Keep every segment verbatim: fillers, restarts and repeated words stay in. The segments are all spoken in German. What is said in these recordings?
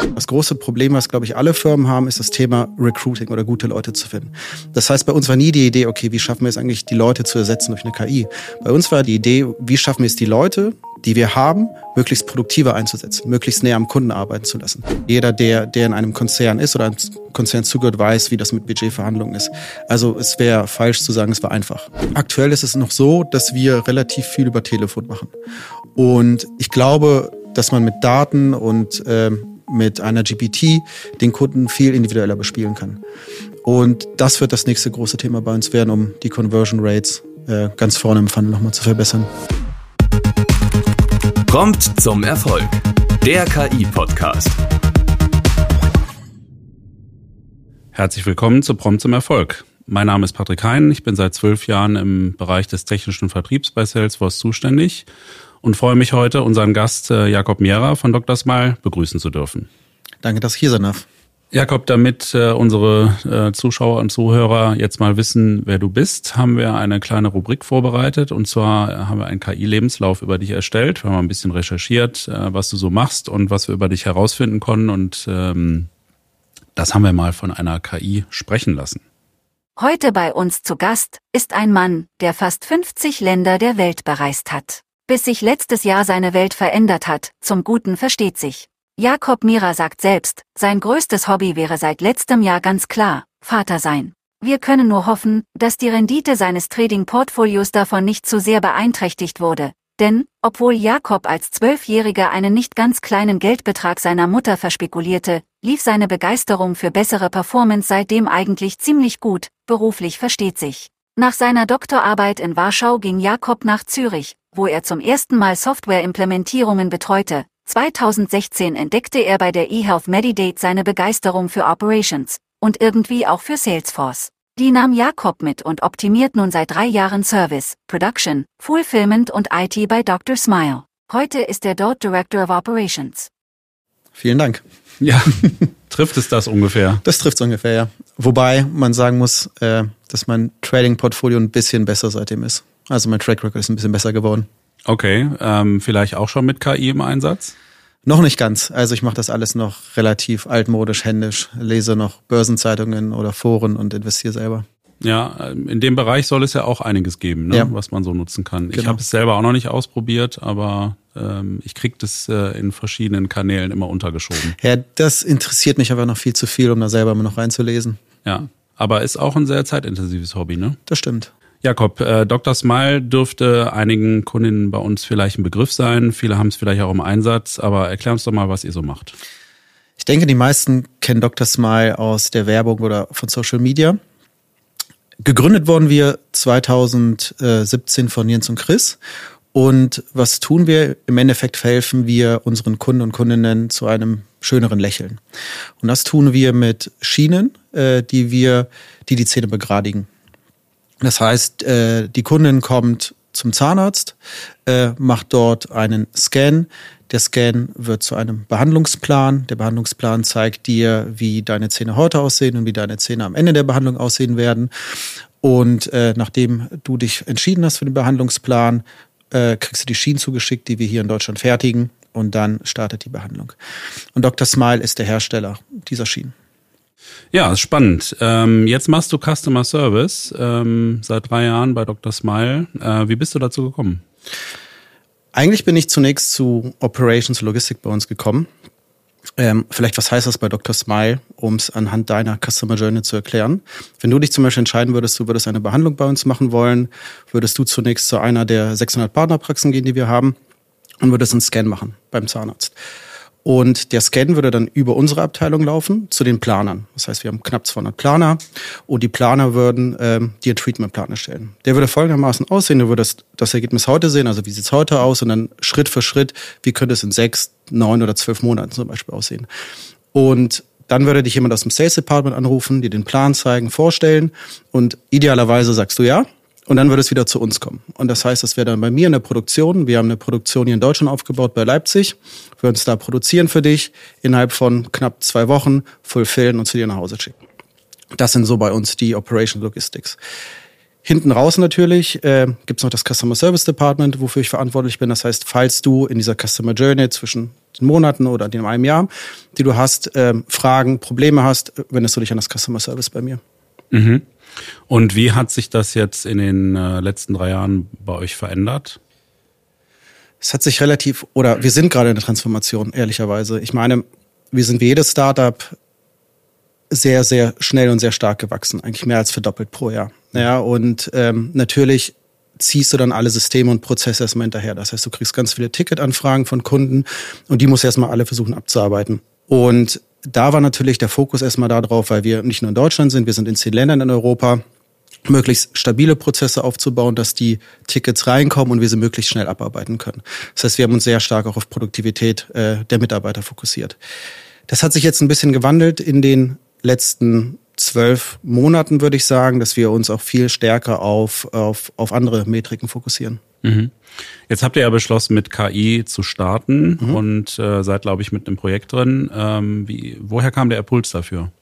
Das große Problem, was, glaube ich, alle Firmen haben, ist das Thema Recruiting oder gute Leute zu finden. Das heißt, bei uns war nie die Idee, okay, wie schaffen wir es eigentlich, die Leute zu ersetzen durch eine K I? Bei uns war die Idee, wie schaffen wir es, die Leute, die wir haben, möglichst produktiver einzusetzen, möglichst näher am Kunden arbeiten zu lassen. Jeder, der, der in einem Konzern ist oder einem Konzern zugehört, weiß, wie das mit Budgetverhandlungen ist. Also es wäre falsch zu sagen, es war einfach. Aktuell ist es noch so, dass wir relativ viel über Telefon machen. Und ich glaube, dass man mit Daten und ähm, mit einer G P T den Kunden viel individueller bespielen kann. Und das wird das nächste große Thema bei uns werden, um die Conversion Rates äh, ganz vorne im Funnel nochmal zu verbessern. Prompt zum Erfolg. Der K I-Podcast. Herzlich willkommen zu Prompt zum Erfolg. Mein Name ist Patrick Hein. Ich bin seit zwölf Jahren im Bereich des technischen Vertriebs bei Salesforce zuständig und freue mich heute, unseren Gast äh, Jakob Mierer von Doktor Smile begrüßen zu dürfen. Danke, dass ich hier sein darf. Jakob, damit äh, unsere äh, Zuschauer und Zuhörer jetzt mal wissen, wer du bist, haben wir eine kleine Rubrik vorbereitet. Und zwar haben wir einen K I-Lebenslauf über dich erstellt. Wir haben ein bisschen recherchiert, äh, was du so machst und was wir über dich herausfinden konnten. Und ähm, das haben wir mal von einer K I sprechen lassen. Heute bei uns zu Gast ist ein Mann, der fast fünfzig Länder der Welt bereist hat. Bis sich letztes Jahr seine Welt verändert hat, zum Guten versteht sich. Jakob Mierer sagt selbst, sein größtes Hobby wäre seit letztem Jahr ganz klar, Vater sein. Wir können nur hoffen, dass die Rendite seines Trading-Portfolios davon nicht zu sehr beeinträchtigt wurde. Denn, obwohl Jakob als Zwölfjähriger einen nicht ganz kleinen Geldbetrag seiner Mutter verspekulierte, lief seine Begeisterung für bessere Performance seitdem eigentlich ziemlich gut, beruflich versteht sich. Nach seiner Doktorarbeit in Warschau ging Jakob nach Zürich, wo er zum ersten Mal Software-Implementierungen betreute. zweitausendsechzehn entdeckte er bei der eHealth Medidate seine Begeisterung für Operations und irgendwie auch für Salesforce. Die nahm Jakob mit und optimiert nun seit drei Jahren Service, Production, Fulfillment und I T bei Doktor Smile. Heute ist er dort Director of Operations. Vielen Dank. Ja, trifft es das ungefähr? Das trifft es ungefähr, ja. Wobei man sagen muss, äh, dass mein Trading-Portfolio ein bisschen besser seitdem ist. Also mein Track Record ist ein bisschen besser geworden. Okay, ähm, vielleicht auch schon mit K I im Einsatz? Noch nicht ganz. Also ich mache das alles noch relativ altmodisch, händisch, lese noch Börsenzeitungen oder Foren und investiere selber. Ja, in dem Bereich soll es ja auch einiges geben, ne, ja, was man so nutzen kann. Genau. Ich habe es selber auch noch nicht ausprobiert, aber ähm, ich kriege das äh, in verschiedenen Kanälen immer untergeschoben. Ja, das interessiert mich aber noch viel zu viel, um da selber mal noch reinzulesen. Ja, aber ist auch ein sehr zeitintensives Hobby, ne? Das stimmt. Jakob, äh, Doktor Smile dürfte einigen Kundinnen bei uns vielleicht ein Begriff sein. Viele haben es vielleicht auch im Einsatz, aber erklär uns doch mal, was ihr so macht. Ich denke, die meisten kennen Doktor Smile aus der Werbung oder von Social Media. Gegründet wurden wir zweitausendsiebzehn von Jens und Chris. Und was tun wir? Im Endeffekt verhelfen wir unseren Kunden und Kundinnen zu einem schöneren Lächeln. Und das tun wir mit Schienen, äh, die wir, die die Zähne begradigen. Das heißt, äh, die Kundin kommt zum Zahnarzt, äh, macht dort einen Scan. Der Scan wird zu einem Behandlungsplan. Der Behandlungsplan zeigt dir, wie deine Zähne heute aussehen und wie deine Zähne am Ende der Behandlung aussehen werden. Und äh, nachdem du dich entschieden hast für den Behandlungsplan, äh, kriegst du die Schienen zugeschickt, die wir hier in Deutschland fertigen. Und dann startet die Behandlung. Und Doktor Smile ist der Hersteller dieser Schienen. Ja, ist spannend. Ähm, jetzt machst du Customer Service ähm, seit drei Jahren bei Doktor Smile. Äh, wie bist du dazu gekommen? Eigentlich bin ich zunächst zu Operations Logistik bei uns gekommen. Ähm, vielleicht, was heißt das bei Doktor Smile, um es anhand deiner Customer Journey zu erklären? Wenn du dich zum Beispiel entscheiden würdest, du würdest eine Behandlung bei uns machen wollen, würdest du zunächst zu einer der sechshundert Partnerpraxen gehen, die wir haben, und würdest einen Scan machen beim Zahnarzt. Und der Scan würde dann über unsere Abteilung laufen zu den Planern. Das heißt, wir haben knapp zweihundert Planer und die Planer würden ähm, dir einen Treatmentplan erstellen. Der würde folgendermaßen aussehen, du würdest das Ergebnis heute sehen, also wie sieht's heute aus und dann Schritt für Schritt, wie könnte es in sechs, neun oder zwölf Monaten zum Beispiel aussehen. Und dann würde dich jemand aus dem Sales Department anrufen, dir den Plan zeigen, vorstellen und idealerweise sagst du ja. Und dann würde es wieder zu uns kommen. Und das heißt, das wäre dann bei mir in der Produktion. Wir haben eine Produktion hier in Deutschland aufgebaut, bei Leipzig. Wir würden es da produzieren für dich, innerhalb von knapp zwei Wochen, fulfillen und zu dir nach Hause schicken. Das sind so bei uns die Operation Logistics. Hinten raus natürlich äh, gibt es noch das Customer Service Department, wofür ich verantwortlich bin. Das heißt, falls du in dieser Customer Journey zwischen Monaten oder in einem Jahr, die du hast, ähm, Fragen, Probleme hast, wendest du dich an das Customer Service bei mir. Mhm. Und wie hat sich das jetzt in den äh, letzten drei Jahren bei euch verändert? Es hat sich relativ, oder wir sind gerade in der Transformation, ehrlicherweise. Ich meine, wir sind wie jedes Startup sehr, sehr schnell und sehr stark gewachsen, eigentlich mehr als verdoppelt pro Jahr. Ja, und ähm, natürlich ziehst du dann alle Systeme und Prozesse erstmal hinterher. Das heißt, du kriegst ganz viele Ticketanfragen von Kunden und die musst du erstmal alle versuchen abzuarbeiten. Und da war natürlich der Fokus erstmal darauf, weil wir nicht nur in Deutschland sind, wir sind in zehn Ländern in Europa, möglichst stabile Prozesse aufzubauen, dass die Tickets reinkommen und wir sie möglichst schnell abarbeiten können. Das heißt, wir haben uns sehr stark auch auf Produktivität äh, der Mitarbeiter fokussiert. Das hat sich jetzt ein bisschen gewandelt in den letzten zwölf Monaten, würde ich sagen, dass wir uns auch viel stärker auf, auf, auf andere Metriken fokussieren. Mhm. Jetzt habt ihr ja beschlossen, mit K I zu starten Mhm. und äh, seid, glaube ich, mit einem Projekt drin. Ähm, wie, woher kam der Impuls dafür?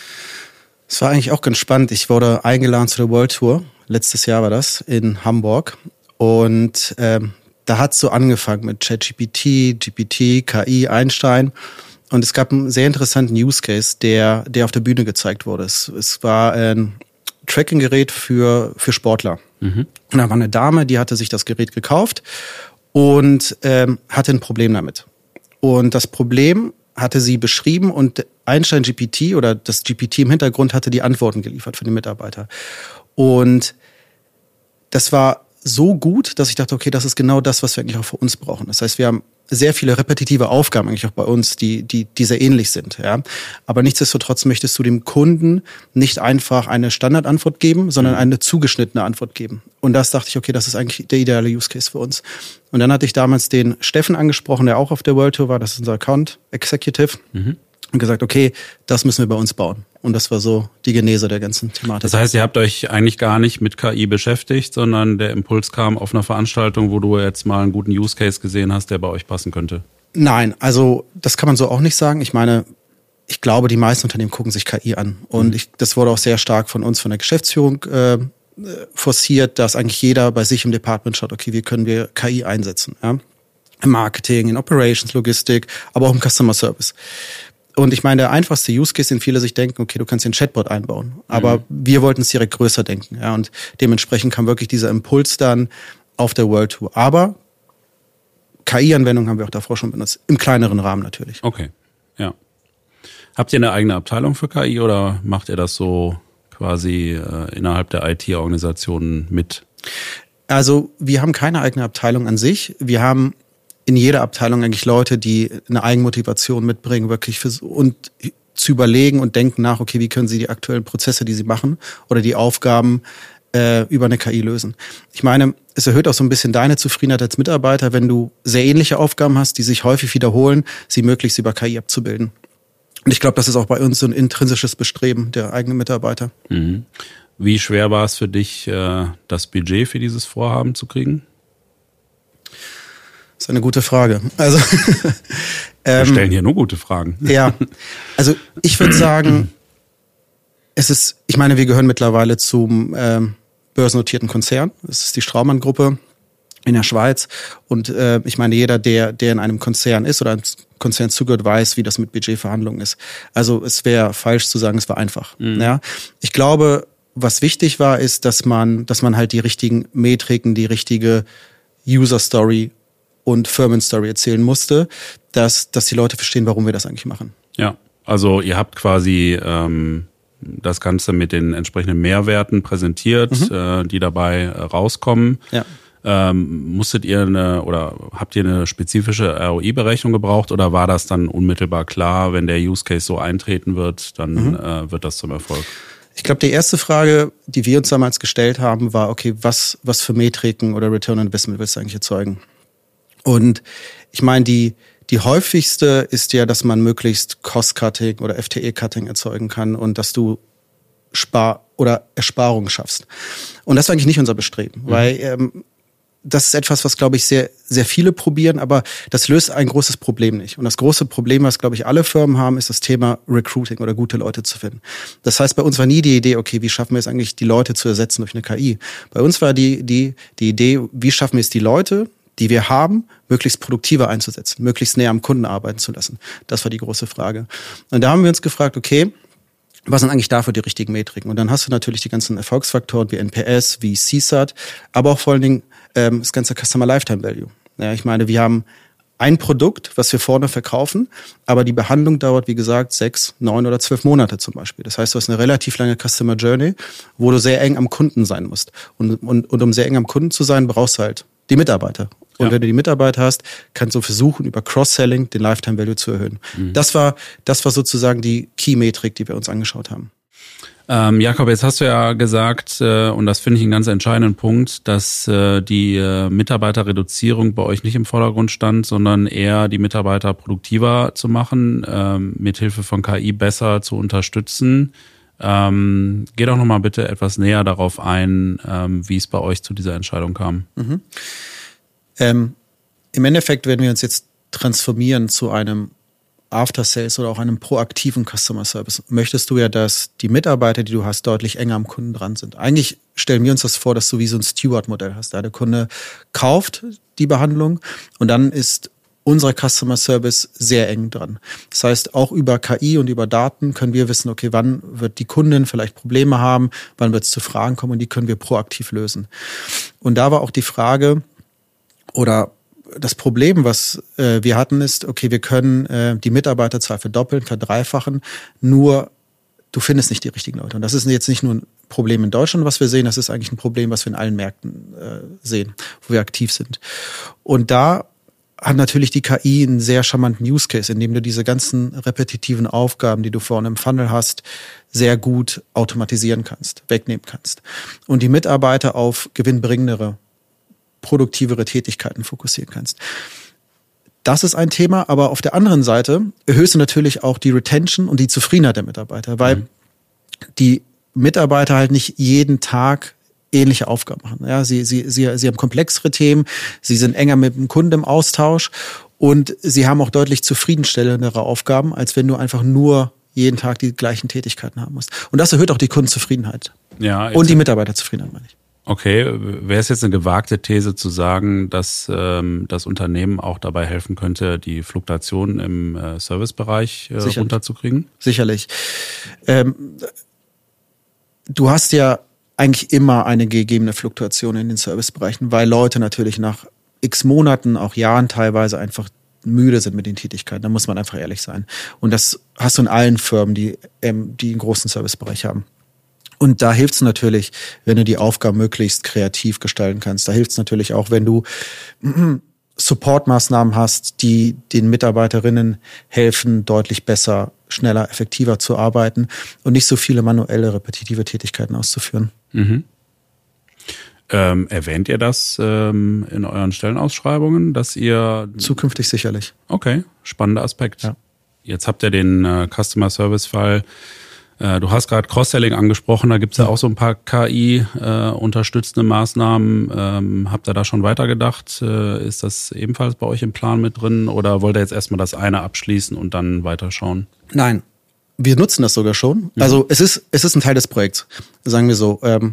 Es war eigentlich auch ganz spannend. Ich wurde eingeladen zu der World Tour. Letztes Jahr war das in Hamburg. Und ähm, da hat es so angefangen mit ChatGPT, G P T, K I, Einstein. Und es gab einen sehr interessanten Use Case, der, der auf der Bühne gezeigt wurde. Es, es war ein Tracking-Gerät für, für Sportler. Mhm. Und da war eine Dame, die hatte sich das Gerät gekauft und ähm, hatte ein Problem damit. Und das Problem hatte sie beschrieben und Einstein G P T oder das G P T im Hintergrund hatte die Antworten geliefert für den Mitarbeiter. Und das war so gut, dass ich dachte, okay, das ist genau das, was wir eigentlich auch für uns brauchen. Das heißt, wir haben sehr viele repetitive Aufgaben eigentlich auch bei uns, die, die, die sehr ähnlich sind, ja. Aber nichtsdestotrotz möchtest du dem Kunden nicht einfach eine Standardantwort geben, sondern eine zugeschnittene Antwort geben. Und das dachte ich, okay, das ist eigentlich der ideale Use Case für uns. Und dann hatte ich damals den Steffen angesprochen, der auch auf der World Tour war, das ist unser Account Executive. Mhm. Und gesagt, okay, das müssen wir bei uns bauen. Und das war so die Genese der ganzen Thematik. Das heißt, ihr habt euch eigentlich gar nicht mit K I beschäftigt, sondern der Impuls kam auf einer Veranstaltung, wo du jetzt mal einen guten Use Case gesehen hast, der bei euch passen könnte. Nein, also das kann man so auch nicht sagen. Ich meine, ich glaube, die meisten Unternehmen gucken sich K I an. Und mhm. ich, das wurde auch sehr stark von uns, von der Geschäftsführung äh, forciert, dass eigentlich jeder bei sich im Department schaut, okay, wie können wir K I einsetzen? Ja? Im Marketing, in Operations, Logistik, aber auch im Customer Service. Und ich meine, der einfachste Use Case, den viele sich denken, okay, du kannst den Chatbot einbauen. Aber mhm. wir wollten es direkt größer denken. Ja, und dementsprechend kam wirklich dieser Impuls dann auf der World Tour. Aber K I-Anwendungen haben wir auch davor schon benutzt. Im kleineren Rahmen natürlich. Okay, ja. Habt ihr eine eigene Abteilung für K I oder macht ihr das so quasi äh, innerhalb der I T-Organisationen mit? Also wir haben keine eigene Abteilung an sich. Wir haben in jeder Abteilung eigentlich Leute, die eine Eigenmotivation mitbringen, wirklich für, und zu überlegen und denken nach, okay, wie können sie die aktuellen Prozesse, die sie machen oder die Aufgaben äh, über eine K I lösen. Ich meine, es erhöht auch so ein bisschen deine Zufriedenheit als Mitarbeiter, wenn du sehr ähnliche Aufgaben hast, die sich häufig wiederholen, sie möglichst über K I abzubilden. Und ich glaube, das ist auch bei uns so ein intrinsisches Bestreben der eigenen Mitarbeiter. Mhm. Wie schwer war es für dich, das Budget für dieses Vorhaben zu kriegen? Das ist eine gute Frage. Also wir stellen hier nur gute Fragen. Ja, also ich würde sagen, es ist, ich meine, wir gehören mittlerweile zum ähm, börsennotierten Konzern. Das ist die Straumann-Gruppe in der Schweiz. Und äh, ich meine, jeder, der, der in einem Konzern ist oder einem Konzern zugehört, weiß, wie das mit Budgetverhandlungen ist. Also es wäre falsch zu sagen, es war einfach. Mhm. Ja, ich glaube, was wichtig war, ist, dass man, dass man halt die richtigen Metriken, die richtige User-Story und Firmen-Story erzählen musste, dass, dass die Leute verstehen, warum wir das eigentlich machen. Ja, also ihr habt quasi ähm, das Ganze mit den entsprechenden Mehrwerten präsentiert, mhm. äh, die dabei äh, rauskommen. Ja. Ähm, musstet ihr eine oder habt ihr eine spezifische R O I-Berechnung gebraucht oder war das dann unmittelbar klar, wenn der Use Case so eintreten wird, dann mhm. äh, wird das zum Erfolg? Ich glaube, die erste Frage, die wir uns damals gestellt haben, war, okay, was, was für Metriken oder Return on Investment willst du eigentlich erzeugen? Und ich meine, die, die häufigste ist ja, dass man möglichst Cost-Cutting oder F T E-Cutting erzeugen kann und dass du Spar- oder Ersparungen schaffst. Und das war eigentlich nicht unser Bestreben, mhm. weil ähm, das ist etwas, was, glaube ich, sehr, sehr viele probieren, aber das löst ein großes Problem nicht. Und das große Problem, was, glaube ich, alle Firmen haben, ist das Thema Recruiting oder gute Leute zu finden. Das heißt, bei uns war nie die Idee, okay, wie schaffen wir es eigentlich, die Leute zu ersetzen durch eine K I? Bei uns war die, die, die Idee, wie schaffen wir es, die Leute, die wir haben, möglichst produktiver einzusetzen, möglichst näher am Kunden arbeiten zu lassen. Das war die große Frage. Und da haben wir uns gefragt, okay, was sind eigentlich dafür die richtigen Metriken? Und dann hast du natürlich die ganzen Erfolgsfaktoren wie N P S, wie C SAT, aber auch vor allen Dingen ähm, das ganze Customer Lifetime Value. Ja, ich meine, wir haben ein Produkt, was wir vorne verkaufen, aber die Behandlung dauert, wie gesagt, sechs, neun oder zwölf Monate zum Beispiel. Das heißt, du hast eine relativ lange Customer Journey, wo du sehr eng am Kunden sein musst. Und, und, und um sehr eng am Kunden zu sein, brauchst du halt die Mitarbeiter. Und ja. wenn du die Mitarbeiter hast, kannst du versuchen, über Cross-Selling den Lifetime Value zu erhöhen. Mhm. Das war, das war sozusagen die Key-Metrik, die wir uns angeschaut haben. Ähm, Jakob, jetzt hast du ja gesagt, äh, und das finde ich einen ganz entscheidenden Punkt, dass äh, die äh, Mitarbeiterreduzierung bei euch nicht im Vordergrund stand, sondern eher die Mitarbeiter produktiver zu machen, ähm, mithilfe von K I besser zu unterstützen. Ähm, geh doch nochmal bitte etwas näher darauf ein, ähm, wie es bei euch zu dieser Entscheidung kam. Mhm. Ähm, im Endeffekt werden wir uns jetzt transformieren zu einem After Sales oder auch einem proaktiven Customer Service. Möchtest du ja, dass die Mitarbeiter, die du hast, deutlich enger am Kunden dran sind. Eigentlich stellen wir uns das vor, dass du wie so ein Steward-Modell hast. Der Kunde kauft die Behandlung und dann ist unser Customer Service sehr eng dran. Das heißt, auch über K I und über Daten können wir wissen, okay, wann wird die Kundin vielleicht Probleme haben, wann wird es zu Fragen kommen, und die können wir proaktiv lösen. Und da war auch die Frage oder das Problem, was äh, wir hatten, ist, okay, wir können äh, die Mitarbeiterzahl verdoppeln, verdreifachen, nur du findest nicht die richtigen Leute. Und das ist jetzt nicht nur ein Problem in Deutschland, was wir sehen, das ist eigentlich ein Problem, was wir in allen Märkten äh, sehen, wo wir aktiv sind. Und da hat natürlich die K I einen sehr charmanten Use Case, in dem du diese ganzen repetitiven Aufgaben, die du vorne im Funnel hast, sehr gut automatisieren kannst, wegnehmen kannst. Und die Mitarbeiter auf gewinnbringendere, produktivere Tätigkeiten fokussieren kannst. Das ist ein Thema, aber auf der anderen Seite erhöhst du natürlich auch die Retention und die Zufriedenheit der Mitarbeiter, weil mhm. die Mitarbeiter halt nicht jeden Tag ähnliche Aufgaben machen. Ja, sie, sie, sie, sie haben komplexere Themen, sie sind enger mit dem Kunden im Austausch und sie haben auch deutlich zufriedenstellendere Aufgaben, als wenn du einfach nur jeden Tag die gleichen Tätigkeiten haben musst. Und das erhöht auch die Kundenzufriedenheit. Ja, und die Mitarbeiterzufriedenheit, meine ich. Okay, wäre es jetzt eine gewagte These zu sagen, dass ähm, das Unternehmen auch dabei helfen könnte, die Fluktuation im äh, Servicebereich äh, runterzukriegen? Sicherlich. Ähm, du hast ja eigentlich immer eine gegebene Fluktuation in den Servicebereichen, weil Leute natürlich nach x Monaten, auch Jahren teilweise einfach müde sind mit den Tätigkeiten. Da muss man einfach ehrlich sein. Und das hast du in allen Firmen, die, ähm, die einen großen Servicebereich haben. Und da hilft es natürlich, wenn du die Aufgaben möglichst kreativ gestalten kannst. Da hilft es natürlich auch, wenn du Supportmaßnahmen hast, die den Mitarbeiterinnen helfen, deutlich besser, schneller, effektiver zu arbeiten und nicht so viele manuelle, repetitive Tätigkeiten auszuführen. Mhm. Ähm, erwähnt ihr das ähm, in euren Stellenausschreibungen, dass ihr... Zukünftig sicherlich. Okay, spannender Aspekt. Ja. Jetzt habt ihr den äh, Customer Service Fall. Du hast gerade Cross-Selling angesprochen, da gibt's ja auch so ein paar K I-unterstützende äh, Maßnahmen. Ähm, habt ihr da schon weitergedacht? Äh, ist das ebenfalls bei euch im Plan mit drin oder wollt ihr jetzt erstmal das eine abschließen und dann weiterschauen? Nein, wir nutzen das sogar schon. Mhm. Also es ist es ist ein Teil des Projekts, sagen wir so. Ähm,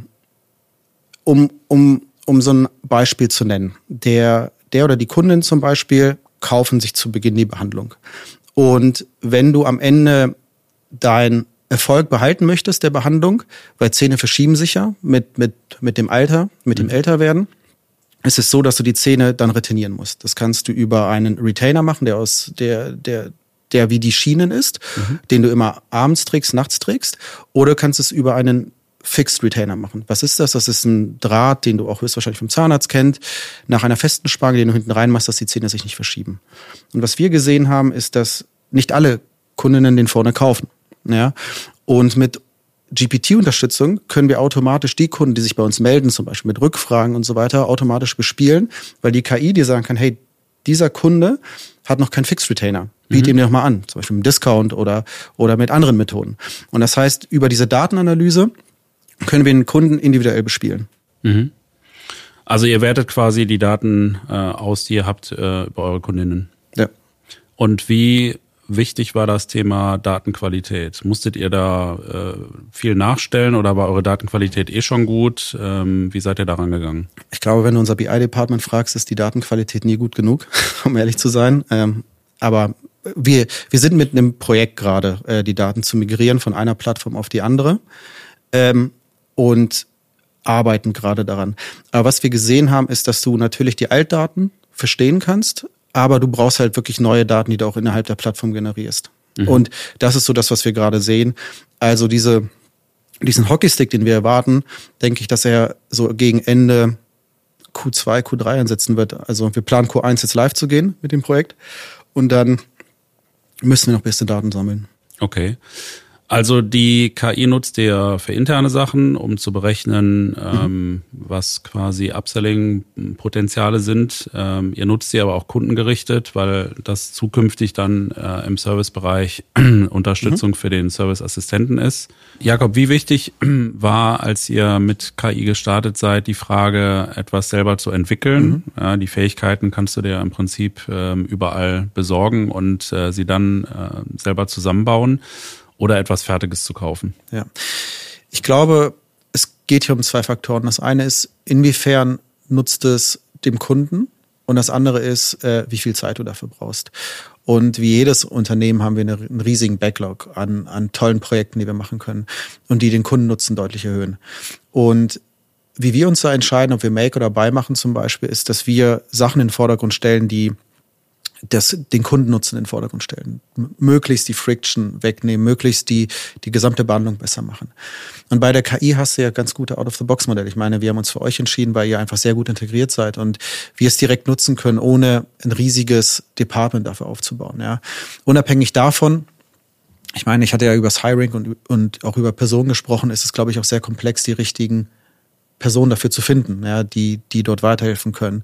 um um um so ein Beispiel zu nennen, der der oder die Kundin zum Beispiel kaufen sich zu Beginn die Behandlung. Und wenn du am Ende dein Erfolg behalten möchtest der Behandlung, weil Zähne verschieben sich ja mit, mit, mit dem Alter, mit dem Älterwerden, ist es so, dass du die Zähne dann retenieren musst. Das kannst du über einen Retainer machen, der aus, der, der, der wie die Schienen ist, mhm. den du immer abends trägst, nachts trägst, oder du kannst es über einen Fixed Retainer machen. Was ist das? Das ist ein Draht, den du auch höchstwahrscheinlich vom Zahnarzt kennt, nach einer festen Spange, den du hinten reinmachst, dass die Zähne sich nicht verschieben. Und was wir gesehen haben, ist, dass nicht alle Kundinnen den vorne kaufen. Ja, und mit G P T-Unterstützung können wir automatisch die Kunden, die sich bei uns melden, zum Beispiel mit Rückfragen und so weiter, automatisch bespielen, weil die K I dir sagen kann, hey, dieser Kunde hat noch keinen Fixed Retainer, biet mhm. ihm den noch mal an, zum Beispiel mit Discount oder, oder mit anderen Methoden. Und das heißt, über diese Datenanalyse können wir den Kunden individuell bespielen. Mhm. Also ihr wertet quasi die Daten äh, aus, die ihr habt äh, über eure Kundinnen. Ja. Und wie wichtig war das Thema Datenqualität? Musstet ihr da äh, viel nachstellen oder war eure Datenqualität eh schon gut? Ähm, wie seid ihr daran gegangen? Ich glaube, wenn du unser B I-Department fragst, ist die Datenqualität nie gut genug, um ehrlich zu sein. Ähm, aber wir, wir sind mit einem Projekt gerade, äh, die Daten zu migrieren von einer Plattform auf die andere ähm, und arbeiten gerade daran. Aber was wir gesehen haben, ist, dass du natürlich die Altdaten verstehen kannst, aber du brauchst halt wirklich neue Daten, die du auch innerhalb der Plattform generierst. Mhm. Und das ist so das, was wir gerade sehen. Also diese, diesen Hockeystick, den wir erwarten, denke ich, dass er so gegen Ende Q zwei, Q drei einsetzen wird. Also wir planen Q eins jetzt live zu gehen mit dem Projekt und dann müssen wir noch beste Daten sammeln. Okay. Also die K I nutzt ihr für interne Sachen, um zu berechnen, mhm. ähm, was quasi Upselling-Potenziale sind. Ähm, ihr nutzt sie aber auch kundengerichtet, weil das zukünftig dann äh, im Servicebereich Unterstützung mhm. für den Serviceassistenten ist. Jakob, wie wichtig war, als ihr mit K I gestartet seid, die Frage, etwas selber zu entwickeln? Mhm. Ja, die Fähigkeiten kannst du dir im Prinzip äh, überall besorgen und äh, sie dann äh, selber zusammenbauen. Oder etwas Fertiges zu kaufen. Ja, ich glaube, es geht hier um zwei Faktoren. Das eine ist, inwiefern nutzt es dem Kunden? Und das andere ist, äh, wie viel Zeit du dafür brauchst. Und wie jedes Unternehmen haben wir eine, einen riesigen Backlog an, an tollen Projekten, die wir machen können und die den Kundennutzen deutlich erhöhen. Und wie wir uns da entscheiden, ob wir Make oder Buy machen zum Beispiel, ist, dass wir Sachen in den Vordergrund stellen, die das, den Kundennutzen in den Vordergrund stellen. M- möglichst die Friction wegnehmen, möglichst die, die gesamte Behandlung besser machen. Und bei der K I hast du ja ganz gute Out-of-the-Box-Modelle. Ich meine, wir haben uns für euch entschieden, weil ihr einfach sehr gut integriert seid und wir es direkt nutzen können, ohne ein riesiges Department dafür aufzubauen. Ja. Unabhängig davon, ich meine, ich hatte ja über das Hiring und, und auch über Personen gesprochen, ist es, glaube ich, auch sehr komplex, die richtigen Personen dafür zu finden, ja, die, die dort weiterhelfen können.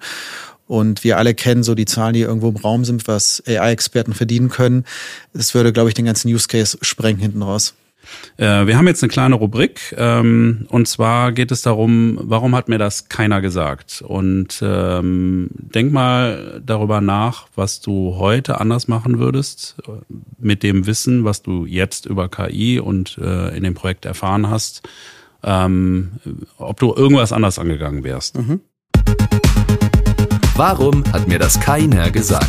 Und wir alle kennen so die Zahlen, die irgendwo im Raum sind, was A I-Experten verdienen können. Das würde, glaube ich, den ganzen Use Case sprengen hinten raus. Äh, wir haben jetzt eine kleine Rubrik ähm, und zwar geht es darum, warum hat mir das keiner gesagt? Und ähm, denk mal darüber nach, was du heute anders machen würdest mit dem Wissen, was du jetzt über K I und äh, in dem Projekt erfahren hast, ähm, ob du irgendwas anders angegangen wärst. Mhm. Warum hat mir das keiner gesagt?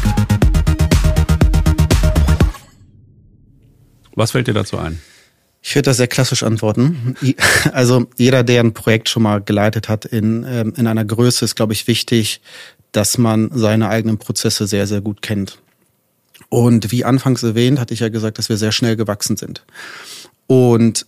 Was fällt dir dazu ein? Ich würde da sehr klassisch antworten. Also jeder, der ein Projekt schon mal geleitet hat in, in einer Größe, ist, glaube ich, wichtig, dass man seine eigenen Prozesse sehr, sehr gut kennt. Und wie anfangs erwähnt, hatte ich ja gesagt, dass wir sehr schnell gewachsen sind. Und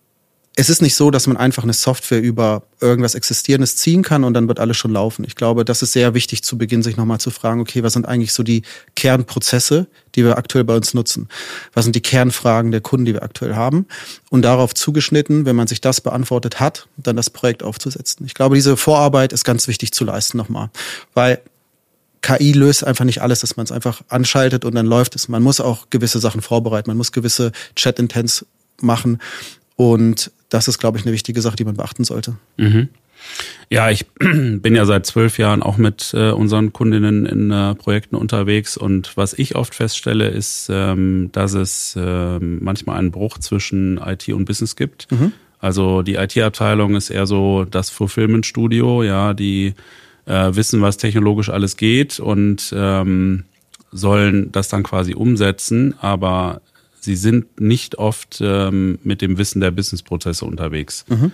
es ist nicht so, dass man einfach eine Software über irgendwas Existierendes ziehen kann und dann wird alles schon laufen. Ich glaube, das ist sehr wichtig zu Beginn, sich nochmal zu fragen, okay, was sind eigentlich so die Kernprozesse, die wir aktuell bei uns nutzen? Was sind die Kernfragen der Kunden, die wir aktuell haben? Und darauf zugeschnitten, wenn man sich das beantwortet hat, dann das Projekt aufzusetzen. Ich glaube, diese Vorarbeit ist ganz wichtig zu leisten nochmal, weil K I löst einfach nicht alles, dass man es einfach anschaltet und dann läuft es. Man muss auch gewisse Sachen vorbereiten, man muss gewisse Chat-Intents machen und das ist, glaube ich, eine wichtige Sache, die man beachten sollte. Mhm. Ja, ich bin ja seit zwölf Jahren auch mit äh, unseren Kundinnen in äh, Projekten unterwegs und was ich oft feststelle, ist, ähm, dass es äh, manchmal einen Bruch zwischen I T und Business gibt. Mhm. Also die I T-Abteilung ist eher so das Fulfillment-Studio, ja, die äh, wissen, was technologisch alles geht und ähm, sollen das dann quasi umsetzen, aber sie sind nicht oft ähm, mit dem Wissen der Businessprozesse unterwegs. Mhm.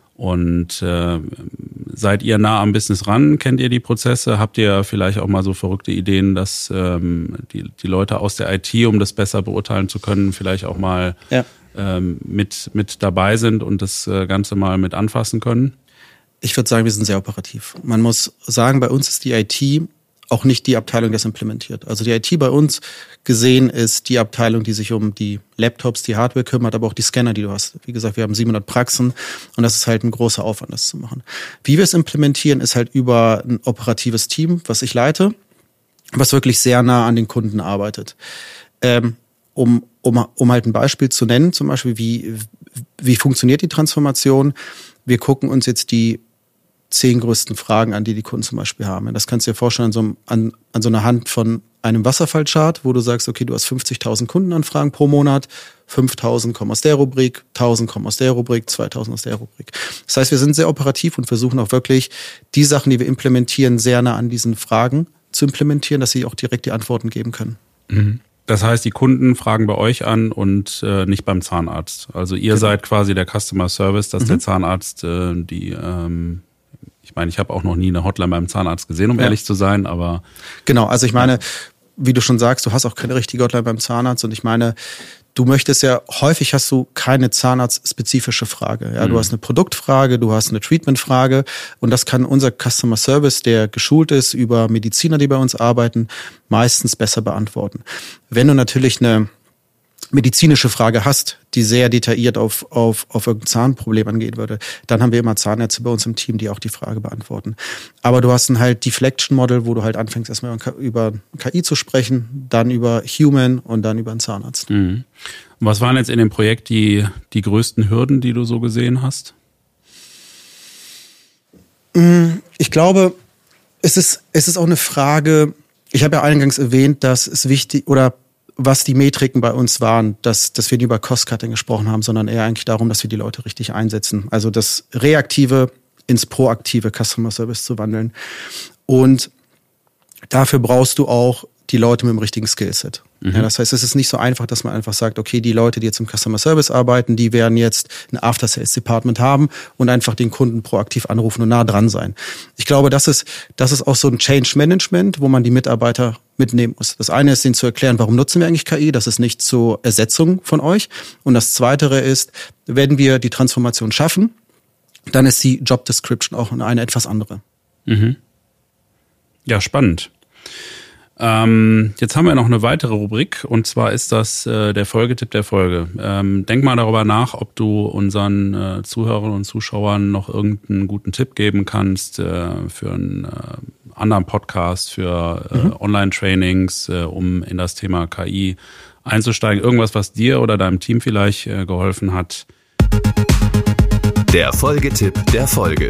Und äh, seid ihr nah am Business ran? Kennt ihr die Prozesse? Habt ihr vielleicht auch mal so verrückte Ideen, dass ähm, die, die Leute aus der I T, um das besser beurteilen zu können, vielleicht auch mal ja. ähm, mit, mit dabei sind und das Ganze mal mit anfassen können? Ich würde sagen, wir sind sehr operativ. Man muss sagen, bei uns ist die I T auch nicht die Abteilung, die das implementiert. Also die I T bei uns gesehen ist die Abteilung, die sich um die Laptops, die Hardware kümmert, aber auch die Scanner, die du hast. Wie gesagt, wir haben siebenhundert Praxen und das ist halt ein großer Aufwand, das zu machen. Wie wir es implementieren, ist halt über ein operatives Team, was ich leite, was wirklich sehr nah an den Kunden arbeitet. Ähm, um, um, um halt ein Beispiel zu nennen, zum Beispiel, wie, wie funktioniert die Transformation? Wir gucken uns jetzt die zehn größten Fragen an, die die Kunden zum Beispiel haben. Das kannst du dir vorstellen an so, einem, an, an so einer Hand von einem Wasserfallchart, wo du sagst, okay, du hast fünfzigtausend Kundenanfragen pro Monat, fünftausend kommen aus der Rubrik, tausend kommen aus der Rubrik, zweitausend aus der Rubrik. Das heißt, wir sind sehr operativ und versuchen auch wirklich die Sachen, die wir implementieren, sehr nah an diesen Fragen zu implementieren, dass sie auch direkt die Antworten geben können. Mhm. Das heißt, die Kunden fragen bei euch an und äh, nicht beim Zahnarzt. Also ihr genau. seid quasi der Customer Service, dass mhm. der Zahnarzt äh, die, ähm, ich meine, ich habe auch noch nie eine Hotline beim Zahnarzt gesehen, um ja. ehrlich zu sein, aber... Genau, also ich meine, wie du schon sagst, du hast auch keine richtige Hotline beim Zahnarzt und ich meine, du möchtest ja, häufig hast du keine zahnarztspezifische Frage. Ja, mhm. Du hast eine Produktfrage, du hast eine Treatmentfrage und das kann unser Customer Service, der geschult ist über Mediziner, die bei uns arbeiten, meistens besser beantworten. Wenn du natürlich eine medizinische Frage hast, die sehr detailliert auf, auf, auf irgendein Zahnproblem angehen würde, dann haben wir immer Zahnärzte bei uns im Team, die auch die Frage beantworten. Aber du hast ein halt Deflection Model, wo du halt anfängst, erstmal über K I zu sprechen, dann über Human und dann über einen Zahnarzt. Mhm. Und was waren jetzt in dem Projekt die, die größten Hürden, die du so gesehen hast? Ich glaube, es ist, es ist auch eine Frage, ich habe ja eingangs erwähnt, dass es wichtig, oder was die Metriken bei uns waren, dass, dass wir nicht über Cost-Cutting gesprochen haben, sondern eher eigentlich darum, dass wir die Leute richtig einsetzen. Also das Reaktive ins proaktive Customer Service zu wandeln. Und dafür brauchst du auch die Leute mit dem richtigen Skillset. Mhm. Ja, das heißt, es ist nicht so einfach, dass man einfach sagt, okay, die Leute, die jetzt im Customer Service arbeiten, die werden jetzt ein After-Sales-Department haben und einfach den Kunden proaktiv anrufen und nah dran sein. Ich glaube, das ist, das ist auch so ein Change-Management, wo man die Mitarbeiter mitnehmen muss. Das eine ist, ihnen zu erklären, warum nutzen wir eigentlich K I? Das ist nicht zur Ersetzung von euch. Und das Zweite ist, wenn wir die Transformation schaffen, dann ist die Job Description auch eine etwas andere. Mhm. Ja, spannend. Ähm, jetzt haben wir noch eine weitere Rubrik und zwar ist das äh, der Folgetipp der Folge. Ähm, denk mal darüber nach, ob du unseren äh, Zuhörern und Zuschauern noch irgendeinen guten Tipp geben kannst äh, für einen äh, anderen Podcast, für äh, mhm. Online-Trainings, äh, um in das Thema K I einzusteigen. Irgendwas, was dir oder deinem Team vielleicht äh, geholfen hat. Der Folgetipp der Folge.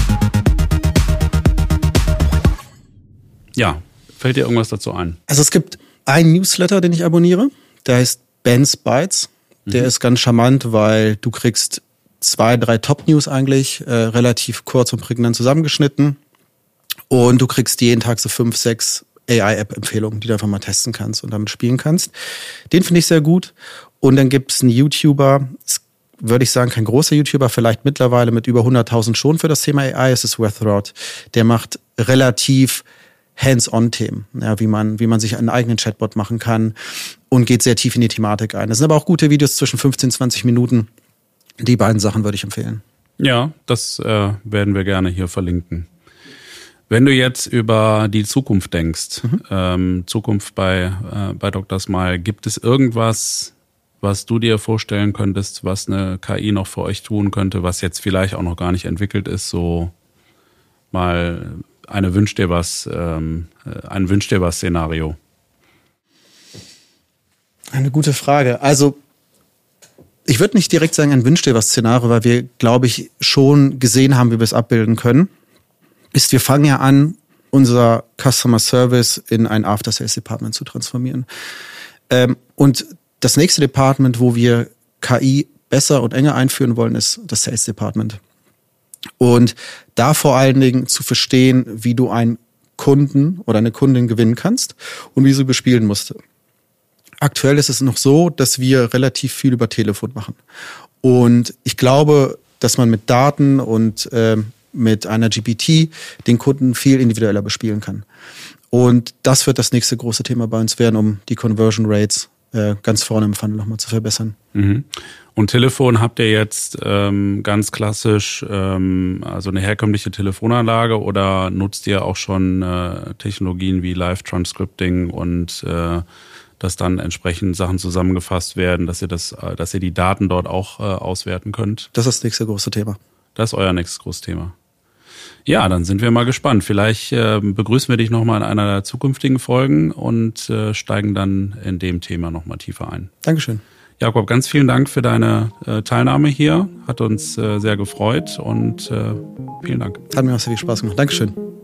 Ja. Fällt dir irgendwas dazu ein? Also es gibt einen Newsletter, den ich abonniere, der heißt Ben's Bytes. Der mhm. ist ganz charmant, weil du kriegst zwei, drei Top-News eigentlich, äh, relativ kurz und prägnant zusammengeschnitten. Und du kriegst jeden Tag so fünf, sechs A I-App-Empfehlungen, die du einfach mal testen kannst und damit spielen kannst. Den finde ich sehr gut. Und dann gibt es einen YouTuber, würde ich sagen, kein großer YouTuber, vielleicht mittlerweile mit über hunderttausend schon für das Thema A I, es ist Wethrod. Der macht relativ Hands-on-Themen, ja, wie man, wie man sich einen eigenen Chatbot machen kann und geht sehr tief in die Thematik ein. Das sind aber auch gute Videos zwischen fünfzehn, zwanzig Minuten. Die beiden Sachen würde ich empfehlen. Ja, das äh, werden wir gerne hier verlinken. Wenn du jetzt über die Zukunft denkst, mhm. ähm, Zukunft bei, äh, bei Doktor Smile, gibt es irgendwas, was du dir vorstellen könntest, was eine K I noch für euch tun könnte, was jetzt vielleicht auch noch gar nicht entwickelt ist, so mal eine Wünsch dir was, ähm, ein Wünsch dir was Szenario? Eine gute Frage. Also ich würde nicht direkt sagen ein Wünsch dir was Szenario, weil wir, glaube ich, schon gesehen haben, wie wir es abbilden können. Ist, wir fangen ja an, unser Customer Service in ein After-Sales-Department zu transformieren. Ähm, und das nächste Department, wo wir K I besser und enger einführen wollen, ist das Sales Department. Und da vor allen Dingen zu verstehen, wie du einen Kunden oder eine Kundin gewinnen kannst und wie sie bespielen musst. Aktuell ist es noch so, dass wir relativ viel über Telefon machen. Und ich glaube, dass man mit Daten und äh, mit einer G P T den Kunden viel individueller bespielen kann. Und das wird das nächste große Thema bei uns werden, um die Conversion Rates äh, ganz vorne im Funnel nochmal zu verbessern. Mhm. Und Telefon habt ihr jetzt ähm, ganz klassisch, ähm, also eine herkömmliche Telefonanlage oder nutzt ihr auch schon äh, Technologien wie Live-Transcripting und äh, dass dann entsprechend Sachen zusammengefasst werden, dass ihr das, äh, dass ihr die Daten dort auch äh, auswerten könnt? Das ist das nächste große Thema. Das ist euer nächstes großes Thema. Ja, dann sind wir mal gespannt. Vielleicht äh, begrüßen wir dich nochmal in einer der zukünftigen Folgen und äh, steigen dann in dem Thema nochmal tiefer ein. Jakob, Jakob, ganz vielen Dank für deine äh, Teilnahme hier. Hat uns äh, sehr gefreut und äh, vielen Dank. Hat mir auch sehr viel Spaß gemacht. Dankeschön.